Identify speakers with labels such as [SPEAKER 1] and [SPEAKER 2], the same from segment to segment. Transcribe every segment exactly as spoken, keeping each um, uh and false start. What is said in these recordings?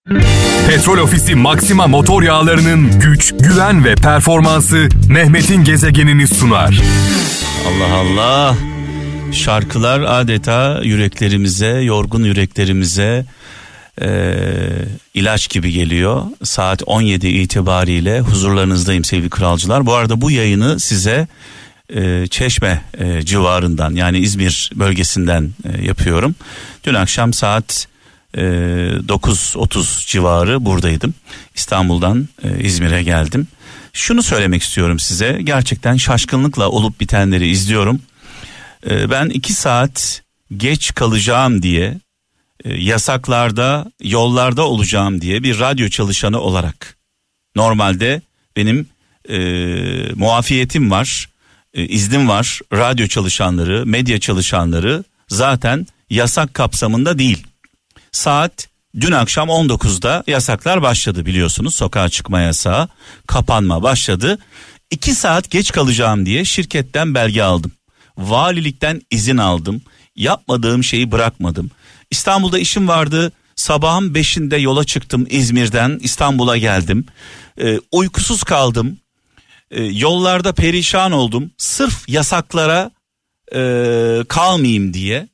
[SPEAKER 1] Petrol Ofisi Maxima motor yağlarının güç, güven ve performansı Mehmet'in gezegenini sunar.
[SPEAKER 2] Allah Allah. Şarkılar adeta yüreklerimize, yorgun yüreklerimize e, ilaç gibi geliyor. Saat on yedi itibariyle huzurlarınızdayım sevgili kralcılar. Bu arada bu yayını size e, Çeşme e, civarından, yani İzmir bölgesinden e, yapıyorum. Dün akşam saat e, dokuz otuz civarı buradaydım. İstanbul'dan e, İzmir'e geldim. Şunu söylemek istiyorum size. Gerçekten şaşkınlıkla olup bitenleri izliyorum. E, ben iki saat geç kalacağım diye, e, yasaklarda, yollarda olacağım diye bir radyo çalışanı olarak, normalde benim e, muafiyetim var, e, iznim var. Radyo çalışanları, medya çalışanları zaten yasak kapsamında değil. Saat dün akşam on dokuzda yasaklar başladı biliyorsunuz. Sokağa çıkma yasağı, kapanma başladı. iki saat geç kalacağım diye şirketten belge aldım. Valilikten izin aldım. Yapmadığım şeyi bırakmadım. İstanbul'da işim vardı. Sabahın beşinde yola çıktım İzmir'den, İstanbul'a geldim. Ee, uykusuz kaldım. Ee, yollarda perişan oldum. Sırf yasaklara e, kalmayayım diye.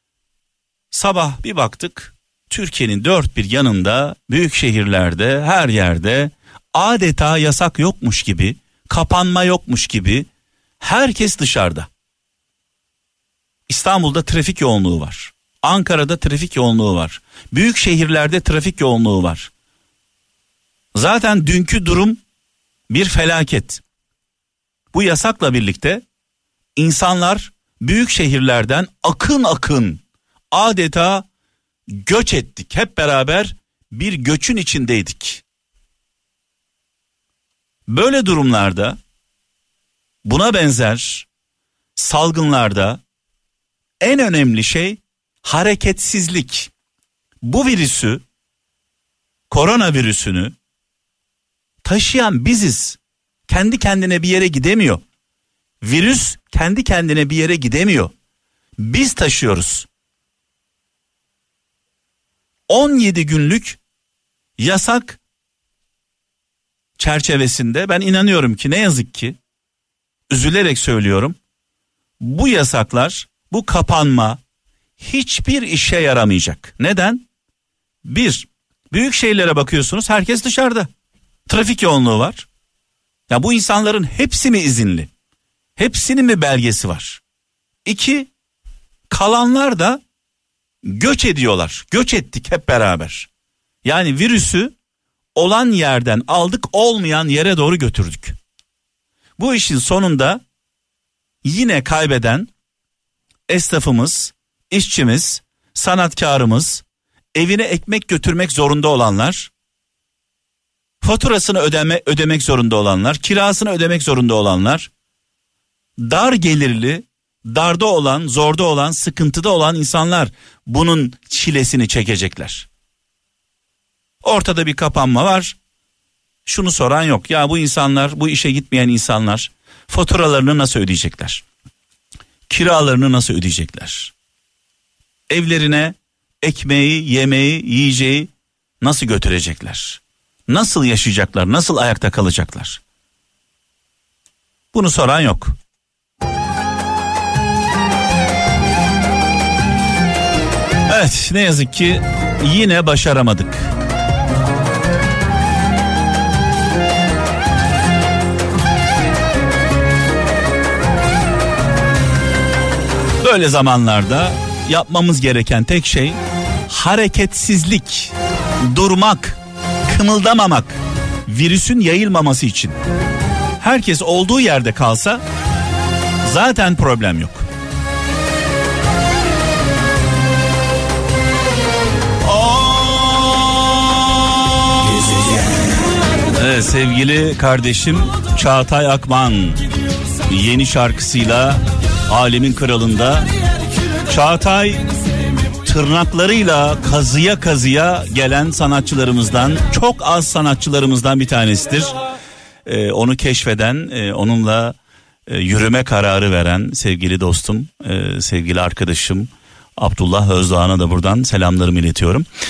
[SPEAKER 2] Sabah bir baktık, Türkiye'nin dört bir yanında, büyük şehirlerde, her yerde adeta yasak yokmuş gibi, kapanma yokmuş gibi herkes dışarıda. İstanbul'da trafik yoğunluğu var. Ankara'da trafik yoğunluğu var. Büyük şehirlerde trafik yoğunluğu var. Zaten dünkü durum bir felaket. Bu yasakla birlikte insanlar büyük şehirlerden akın akın adeta göç ettik. Hep beraber bir göçün içindeydik. Böyle durumlarda, buna benzer salgınlarda en önemli şey hareketsizlik. Bu virüsü, koronavirüsünü taşıyan biziz. Kendi kendine bir yere gidemiyor. Virüs kendi kendine bir yere gidemiyor. Biz taşıyoruz. on yedi günlük yasak çerçevesinde ben inanıyorum ki, ne yazık ki, üzülerek söylüyorum, bu yasaklar, bu kapanma hiçbir işe yaramayacak. Neden? Bir, büyük şehirlere bakıyorsunuz, herkes dışarıda. Trafik yoğunluğu var. Ya bu insanların hepsi mi izinli? Hepsinin mi belgesi var? İki, kalanlar da göç ediyorlar. Göç ettik hep beraber. Yani virüsü olan yerden aldık, olmayan yere doğru götürdük. Bu işin sonunda yine kaybeden esnafımız, işçimiz, sanatkarımız, evine ekmek götürmek zorunda olanlar, faturasını ödeme, ödemek zorunda olanlar, kirasını ödemek zorunda olanlar, dar gelirli, darda olan, zorda olan, sıkıntıda olan insanlar bunun çilesini çekecekler. Ortada bir kapanma var. Şunu soran yok. Ya bu insanlar, bu işe gitmeyen insanlar faturalarını nasıl ödeyecekler? Kiralarını nasıl ödeyecekler? Evlerine ekmeği, yemeği, yiyeceği nasıl götürecekler? Nasıl yaşayacaklar? Nasıl ayakta kalacaklar? Bunu soran yok. Evet, ne yazık ki yine başaramadık. Böyle zamanlarda yapmamız gereken tek şey hareketsizlik, durmak, kımıldamamak, virüsün yayılmaması için. Herkes olduğu yerde kalsa zaten problem yok. Evet, sevgili kardeşim Çağatay Akman yeni şarkısıyla Alemin Kralı'nda. Çağatay tırnaklarıyla kazıya kazıya gelen sanatçılarımızdan, çok az sanatçılarımızdan bir tanesidir. Ee, onu keşfeden, e, onunla e, yürüme kararı veren sevgili dostum, e, sevgili arkadaşım Abdullah Özdoğan'a da buradan selamlarımı iletiyorum.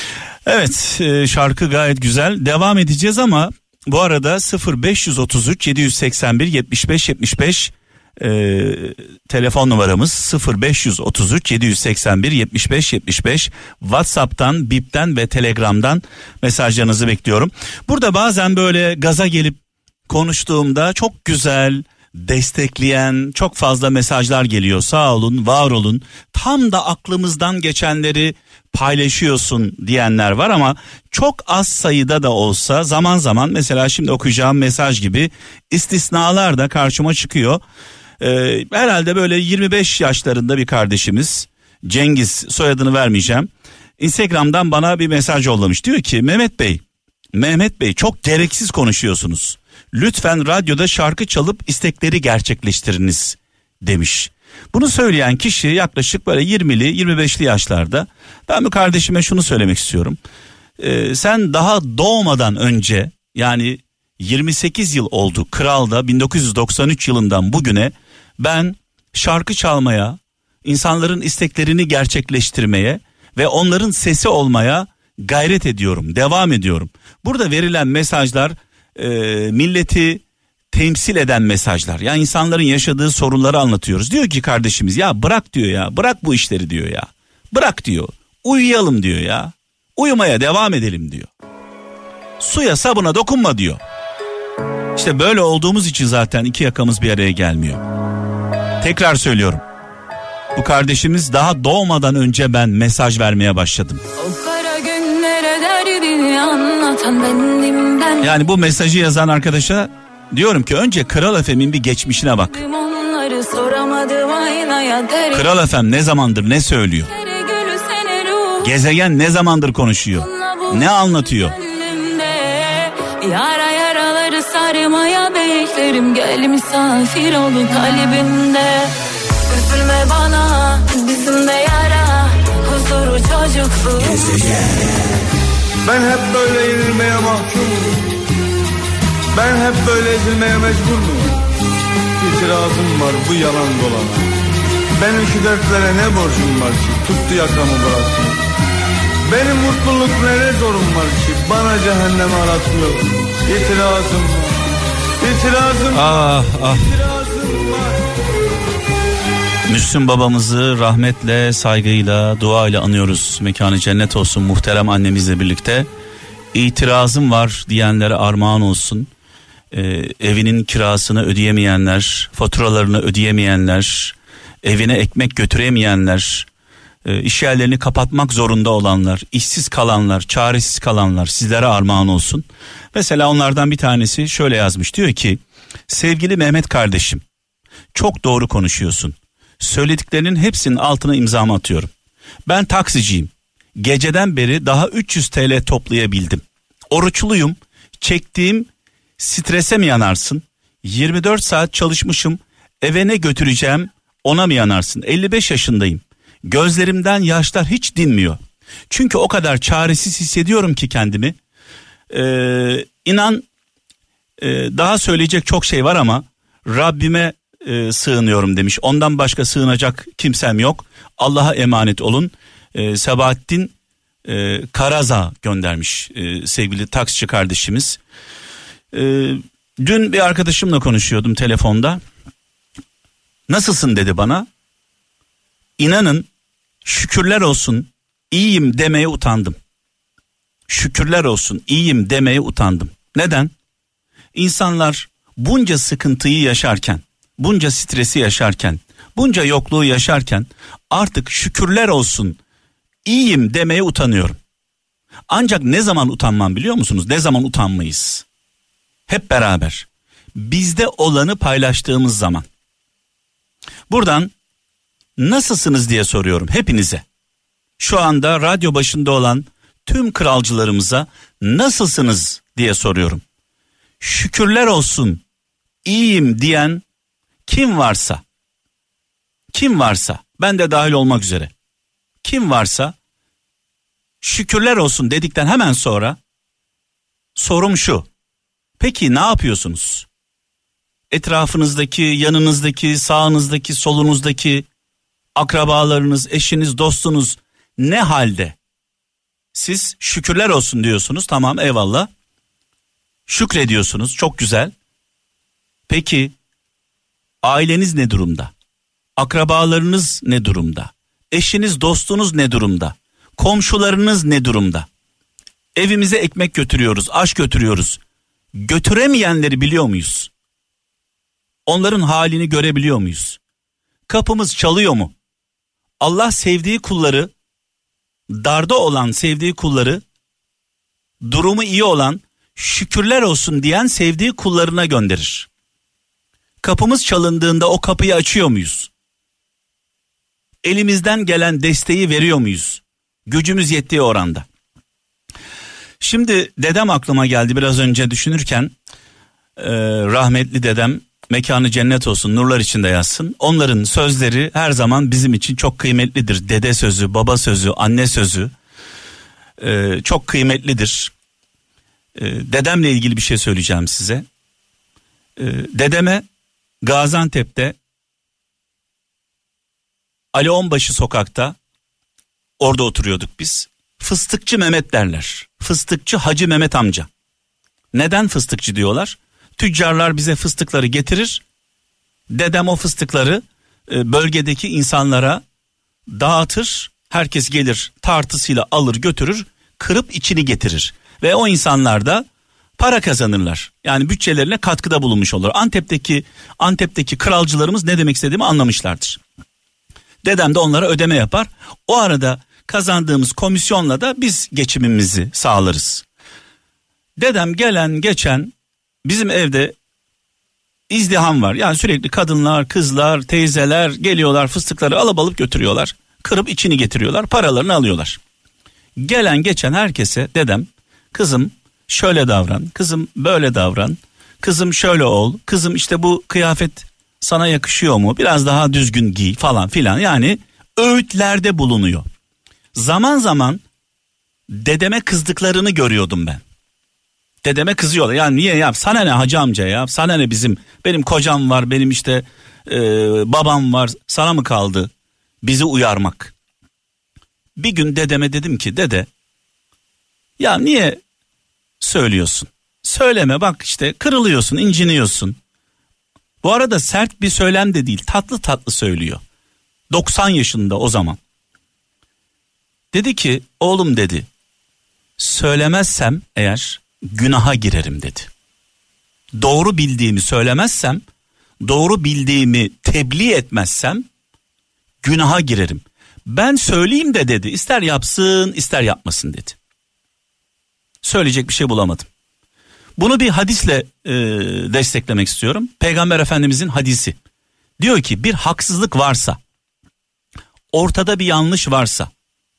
[SPEAKER 2] Evet, şarkı gayet güzel. Devam edeceğiz ama bu arada sıfır beş otuz üç yedi seksen bir yetmiş beş yetmiş beş e, telefon numaramız sıfır beş otuz üç yedi seksen bir yetmiş beş yetmiş beş. WhatsApp'tan, Bip'ten ve Telegram'dan mesajlarınızı bekliyorum. Burada bazen böyle gaza gelip konuştuğumda çok güzel, destekleyen çok fazla mesajlar geliyor. Sağ olun, var olun. Tam da aklımızdan geçenleri paylaşıyorsun diyenler var ama çok az sayıda da olsa zaman zaman, mesela şimdi okuyacağım mesaj gibi istisnalar da karşıma çıkıyor. Ee, herhalde böyle yirmi beş yaşlarında bir kardeşimiz, Cengiz, soyadını vermeyeceğim, Instagram'dan bana bir mesaj yollamış. Diyor ki Mehmet Bey, Mehmet Bey çok gereksiz konuşuyorsunuz. Lütfen radyoda şarkı çalıp istekleri gerçekleştiriniz demiş. Bunu söyleyen kişi yaklaşık böyle yirmili yirmi beşli yaşlarda. Ben bu kardeşime şunu söylemek istiyorum. Ee, sen daha doğmadan önce, yani yirmi sekiz yıl oldu Kral'da, bin dokuz yüz doksan üç yılından bugüne ben şarkı çalmaya, insanların isteklerini gerçekleştirmeye ve onların sesi olmaya gayret ediyorum, devam ediyorum. Burada verilen mesajlar e, milleti temsil eden mesajlar. Ya insanların yaşadığı sorunları anlatıyoruz. Diyor ki kardeşimiz, ya bırak diyor ya, bırak bu işleri diyor ya. Bırak diyor, uyuyalım diyor ya. Uyumaya devam edelim diyor. Suya sabuna dokunma diyor. İşte böyle olduğumuz için zaten iki yakamız bir araya gelmiyor. Tekrar söylüyorum. Bu kardeşimiz daha doğmadan önce ben mesaj vermeye başladım. Yani bu mesajı yazan arkadaşa diyorum ki önce Kral F M'in bir geçmişine bak. Kral F M ne zamandır ne söylüyor? Gezegen ne zamandır konuşuyor? Ne anlatıyor? Yara yaraları sarmaya beklerim, gel misafir ol kalbimde. Üzülme bana, bizim de yara, huzuru çocukluğu.
[SPEAKER 3] Ben hep böyle yenilmeye mahkumum. Ben hep böyle ezilmeye mecbur muyum? İtirazım var bu yalan dolana. Benim şu dertlere ne borcum var ki tuttu yakamı bıraktı. Benim mutluluk ne zorum var ki bana cehennemi aratmıyor. İtirazım var. İtirazım
[SPEAKER 2] ah, ah.
[SPEAKER 3] İtirazım var.
[SPEAKER 2] Müslüm babamızı rahmetle, saygıyla, duayla anıyoruz. Mekanı cennet olsun muhterem annemizle birlikte. İtirazım var diyenlere armağan olsun. Ee, evinin kirasını ödeyemeyenler, faturalarını ödeyemeyenler, evine ekmek götüremeyenler, e, iş yerlerini kapatmak zorunda olanlar, işsiz kalanlar, çaresiz kalanlar sizlere armağan olsun. Mesela onlardan bir tanesi şöyle yazmış, diyor ki sevgili Mehmet kardeşim, çok doğru konuşuyorsun. Söylediklerinin hepsinin altına imzamı atıyorum. Ben taksiciyim. Geceden beri daha üç yüz TL toplayabildim. Oruçluyum. Çektiğim strese mi yanarsın? yirmi dört saat çalışmışım. Eve ne götüreceğim, ona mı yanarsın? elli beş yaşındayım. Gözlerimden yaşlar hiç dinmiyor. Çünkü o kadar çaresiz hissediyorum ki kendimi. Ee, inan e, daha söyleyecek çok şey var ama Rabbime e, sığınıyorum demiş. Ondan başka sığınacak kimsem yok. Allah'a emanet olun. Ee, Sabahattin e, Karaza göndermiş e, sevgili taksici kardeşimiz. E, dün bir arkadaşımla konuşuyordum telefonda. Nasılsın dedi bana. İnanın şükürler olsun iyiyim demeye utandım. Şükürler olsun iyiyim demeye utandım. Neden? İnsanlar bunca sıkıntıyı yaşarken, bunca stresi yaşarken, bunca yokluğu yaşarken artık şükürler olsun iyiyim demeye utanıyorum. Ancak ne zaman utanmam biliyor musunuz? Ne zaman utanmayız? Hep beraber bizde olanı paylaştığımız zaman. Buradan nasılsınız diye soruyorum hepinize. Şu anda radyo başında olan tüm kralcılarımıza nasılsınız diye soruyorum. Şükürler olsun iyiyim diyen kim varsa, kim varsa, ben de dahil olmak üzere, kim varsa şükürler olsun dedikten hemen sonra sorum şu: peki ne yapıyorsunuz? Etrafınızdaki, yanınızdaki, sağınızdaki, solunuzdaki akrabalarınız, eşiniz, dostunuz ne halde? Siz şükürler olsun diyorsunuz, tamam, eyvallah. Şükrediyorsunuz, çok güzel. Peki aileniz ne durumda? Akrabalarınız ne durumda? Eşiniz, dostunuz ne durumda? Komşularınız ne durumda? Evimize ekmek götürüyoruz, aş götürüyoruz. Götüremeyenleri biliyor muyuz? Onların halini görebiliyor muyuz? Kapımız çalıyor mu? Allah sevdiği kulları, darda olan sevdiği kulları, durumu iyi olan, şükürler olsun diyen sevdiği kullarına gönderir. Kapımız çalındığında o kapıyı açıyor muyuz? Elimizden gelen desteği veriyor muyuz? Gücümüz yettiği oranda. Şimdi dedem aklıma geldi biraz önce düşünürken. Ee, rahmetli dedem, mekanı cennet olsun, nurlar içinde yatsın. Onların sözleri her zaman bizim için çok kıymetlidir. Dede sözü, baba sözü, anne sözü ee, çok kıymetlidir. Ee, dedemle ilgili bir şey söyleyeceğim size. Ee, dedeme Gaziantep'te Ali Onbaşı sokakta, orada oturuyorduk biz. Fıstıkçı Mehmet derler. Fıstıkçı Hacı Mehmet amca. Neden fıstıkçı diyorlar? Tüccarlar bize fıstıkları getirir. Dedem o fıstıkları bölgedeki insanlara dağıtır. Herkes gelir tartısıyla alır götürür. Kırıp içini getirir. Ve o insanlar da para kazanırlar. Yani bütçelerine katkıda bulunmuş olur. Antep'teki Antep'teki kralcılarımız ne demek istediğimi anlamışlardır. Dedem de onlara ödeme yapar. O arada kazandığımız komisyonla da biz geçimimizi sağlarız. Dedem gelen geçen, bizim evde izdiham var. Yani sürekli kadınlar, kızlar, teyzeler geliyorlar, fıstıkları alıp alıp götürüyorlar. Kırıp içini getiriyorlar, paralarını alıyorlar. Gelen geçen herkese dedem, kızım şöyle davran, kızım böyle davran, kızım şöyle ol, kızım işte bu kıyafet sana yakışıyor mu, biraz daha düzgün giy falan filan, yani öğütlerde bulunuyor. Zaman zaman dedeme kızdıklarını görüyordum ben. Dedeme kızıyorlar, yani niye ya, sana ne hacı amca ya, sana ne, bizim benim kocam var, benim işte e, babam var, sana mı kaldı bizi uyarmak? Bir gün dedeme dedim ki, dede ya niye söylüyorsun, söyleme, bak işte kırılıyorsun, inciniyorsun. Bu arada sert bir söylem de değil, tatlı tatlı söylüyor. doksan yaşında o zaman. Dedi ki, oğlum dedi, söylemezsem eğer günaha girerim dedi. Doğru bildiğimi söylemezsem, doğru bildiğimi tebliğ etmezsem günaha girerim. Ben söyleyeyim de dedi, ister yapsın ister yapmasın dedi. Söyleyecek bir şey bulamadım. Bunu bir hadisle e, desteklemek istiyorum. Peygamber Efendimizin hadisi. Diyor ki, bir haksızlık varsa, ortada bir yanlış varsa,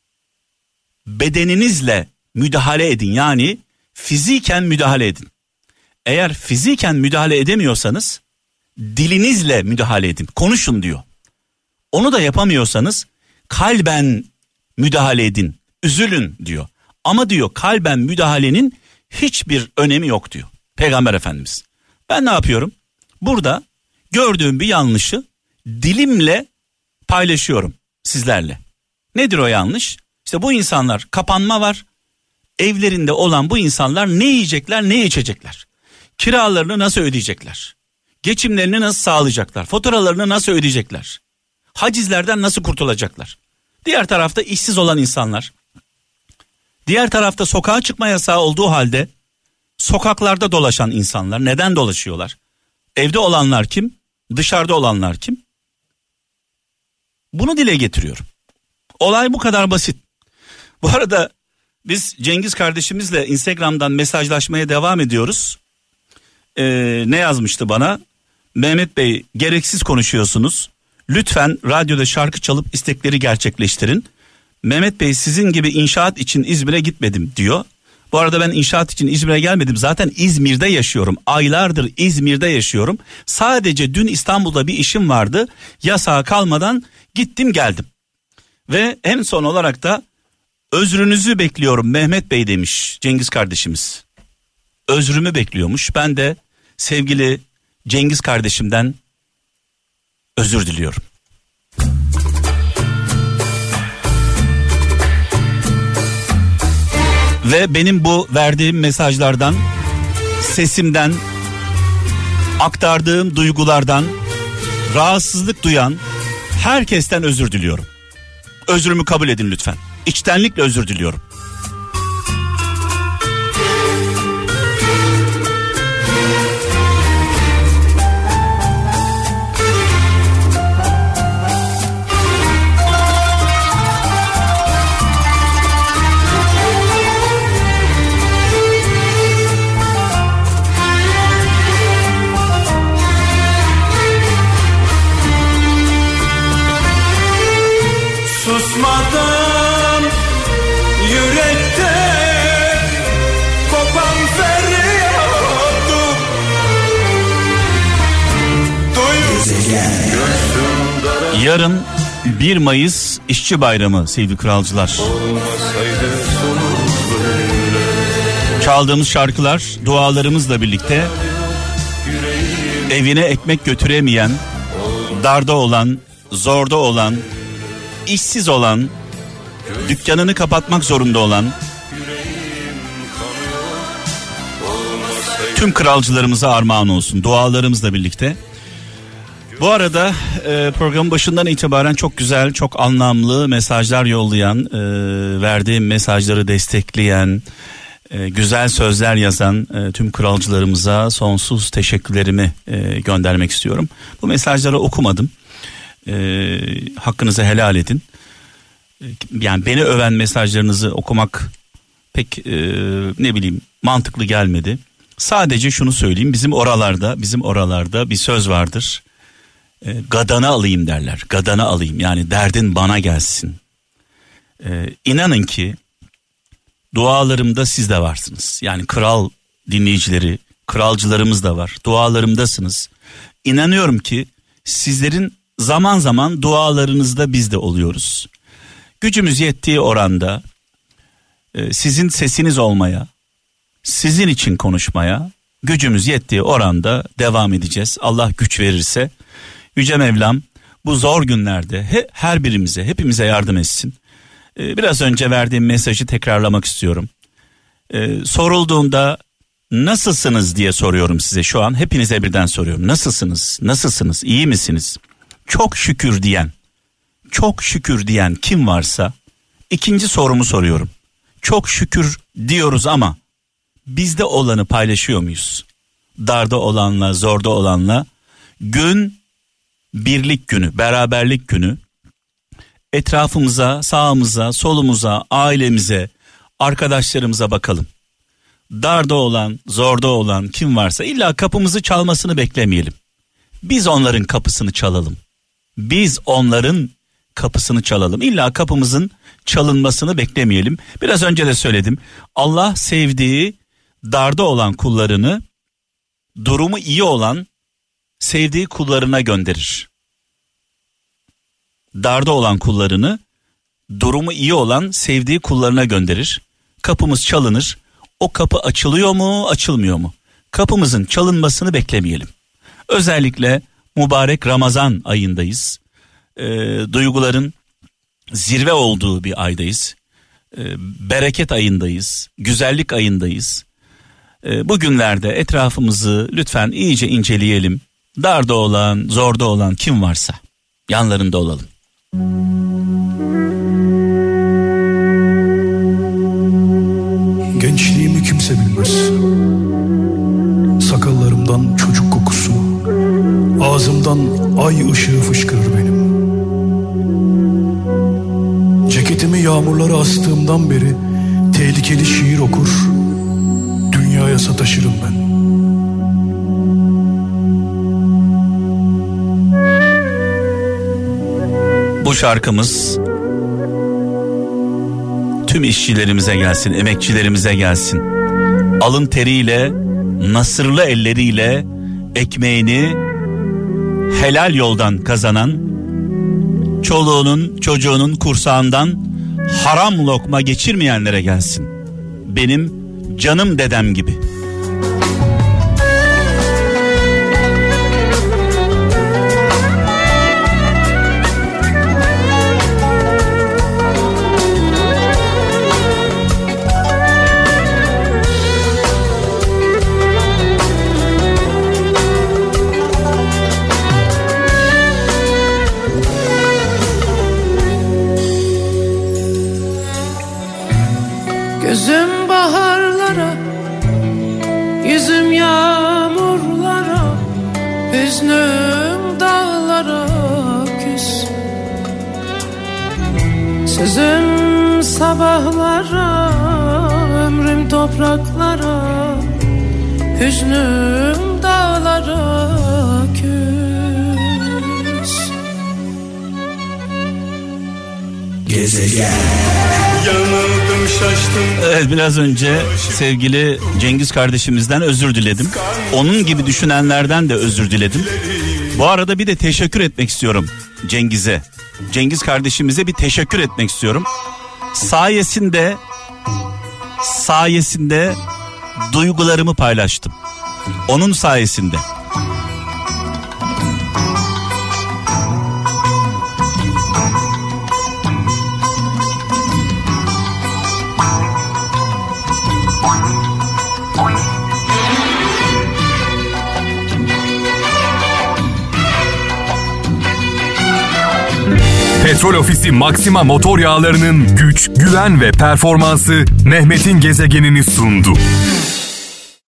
[SPEAKER 2] bedeninizle müdahale edin, yani fiziken müdahale edin. Eğer fiziken müdahale edemiyorsanız dilinizle müdahale edin, konuşun diyor. Onu da yapamıyorsanız kalben müdahale edin, üzülün diyor. Ama diyor kalben müdahalenin hiçbir önemi yok diyor Peygamber Efendimiz. Ben ne yapıyorum? Burada gördüğüm bir yanlışı dilimle paylaşıyorum sizlerle. Nedir o yanlış? İşte bu insanlar, kapanma var. Evlerinde olan bu insanlar ne yiyecekler, ne içecekler? Kiralarını nasıl ödeyecekler? Geçimlerini nasıl sağlayacaklar? Faturalarını nasıl ödeyecekler? Hacizlerden nasıl kurtulacaklar? Diğer tarafta işsiz olan insanlar. Diğer tarafta sokağa çıkma yasağı olduğu halde sokaklarda dolaşan insanlar. Neden dolaşıyorlar? Evde olanlar kim? Dışarıda olanlar kim? Bunu dile getiriyorum. Olay bu kadar basit. Bu arada biz Cengiz kardeşimizle Instagram'dan mesajlaşmaya devam ediyoruz. Ee, ne yazmıştı bana? Mehmet Bey, gereksiz konuşuyorsunuz. Lütfen radyoda şarkı çalıp istekleri gerçekleştirin. Mehmet Bey, sizin gibi inşaat için İzmir'e gitmedim diyor. Bu arada ben inşaat için İzmir'e gelmedim. Zaten İzmir'de yaşıyorum. Aylardır İzmir'de yaşıyorum. Sadece dün İstanbul'da bir işim vardı. Yasağa kalmadan gittim geldim. Ve en son olarak da özrünüzü bekliyorum Mehmet Bey demiş Cengiz kardeşimiz. Özrümü bekliyormuş. Ben de sevgili Cengiz kardeşimden özür diliyorum. Ve benim bu verdiğim mesajlardan, sesimden, aktardığım duygulardan rahatsızlık duyan herkesten özür diliyorum. Özrümü kabul edin lütfen. İçtenlikle özür diliyorum.
[SPEAKER 3] Susmadan yürekte kopan feryadım duyuyorum.
[SPEAKER 2] Yarın bir Mayıs İşçi Bayramı sevgili kralcılar. Çaldığımız şarkılar dualarımızla birlikte evine ekmek götüremeyen, darda olan, zorda olan, işsiz olan, dükkanını kapatmak zorunda olan tüm kralcılarımıza armağan olsun dualarımızla birlikte. Bu arada e, programın başından itibaren çok güzel, çok anlamlı mesajlar yollayan, e, verdiğim mesajları destekleyen, e, güzel sözler yazan e, tüm kralcılarımıza sonsuz teşekkürlerimi e, göndermek istiyorum. Bu mesajları okumadım. E, hakkınızı helal edin. E, yani beni öven mesajlarınızı okumak pek e, ne bileyim mantıklı gelmedi. Sadece şunu söyleyeyim, bizim oralarda bizim oralarda bir söz vardır. E, gadana alayım derler. Gadana alayım, yani derdin bana gelsin. E, inanın ki dualarımda siz de varsınız. Yani kral dinleyicileri, kralcılarımız da var. Dualarımdasınız. İnanıyorum ki sizlerin zaman zaman dualarınızda biz de oluyoruz. Gücümüz yettiği oranda e, sizin sesiniz olmaya, sizin için konuşmaya gücümüz yettiği oranda devam edeceğiz. Allah güç verirse. Yüce Mevlam bu zor günlerde he, her birimize, hepimize yardım etsin. Ee, biraz önce verdiğim mesajı tekrarlamak istiyorum. Ee, sorulduğunda nasılsınız diye soruyorum size şu an. Hepinize birden soruyorum. Nasılsınız? Nasılsınız? İyi misiniz? Çok şükür diyen, çok şükür diyen kim varsa ikinci sorumu soruyorum. Çok şükür diyoruz ama bizde olanı paylaşıyor muyuz? Darda olanla, zorda olanla gün birlik günü, beraberlik günü etrafımıza, sağımıza, solumuza, ailemize, arkadaşlarımıza bakalım. Darda olan, zorda olan kim varsa illa kapımızı çalmasını beklemeyelim. Biz onların kapısını çalalım. Biz onların kapısını çalalım. İlla kapımızın çalınmasını beklemeyelim. Biraz önce de söyledim. Allah sevdiği darda olan kullarını, durumu iyi olan sevdiği kullarına gönderir. Darda olan kullarını, durumu iyi olan sevdiği kullarına gönderir. Kapımız çalınır. O kapı açılıyor mu, açılmıyor mu? Kapımızın çalınmasını beklemeyelim. Özellikle mübarek Ramazan ayındayız. E, duyguların zirve olduğu bir aydayız. E, bereket ayındayız. Güzellik ayındayız. E, bugünlerde etrafımızı lütfen iyice inceleyelim. Darda olan, zorda olan kim varsa yanlarında olalım.
[SPEAKER 4] Gençliğimi kimse bilmez. Sakallarımdan çocuk kokusu, ağzımdan ay ışığı fışkırır benim. Ceketimi yağmurlara astığımdan beri tehlikeli şiir okur, dünyaya sataşırım ben.
[SPEAKER 2] Bu şarkımız tüm işçilerimize gelsin, emekçilerimize gelsin. Alın teriyle, nasırlı elleriyle ekmeğini helal yoldan kazanan, çoluğunun, çocuğunun kursağından haram lokma geçirmeyenlere gelsin. Benim canım dedem gibi.
[SPEAKER 5] Hüznüm dağlara küs, sözüm sabahlara, ömrüm topraklara, hüznüm dağlara küs.
[SPEAKER 2] Gezegen. Yanıldım, şaştım. Evet, biraz önce sevgili Cengiz kardeşimizden özür diledim. Onun gibi düşünenlerden de özür diledim. Bu arada bir de teşekkür etmek istiyorum Cengiz'e. Cengiz kardeşimize bir teşekkür etmek istiyorum. Sayesinde sayesinde duygularımı paylaştım. Onun sayesinde.
[SPEAKER 1] Petrol Ofisi Maxima motor yağlarının güç, güven ve performansı Mehmet'in gezegenini sundu.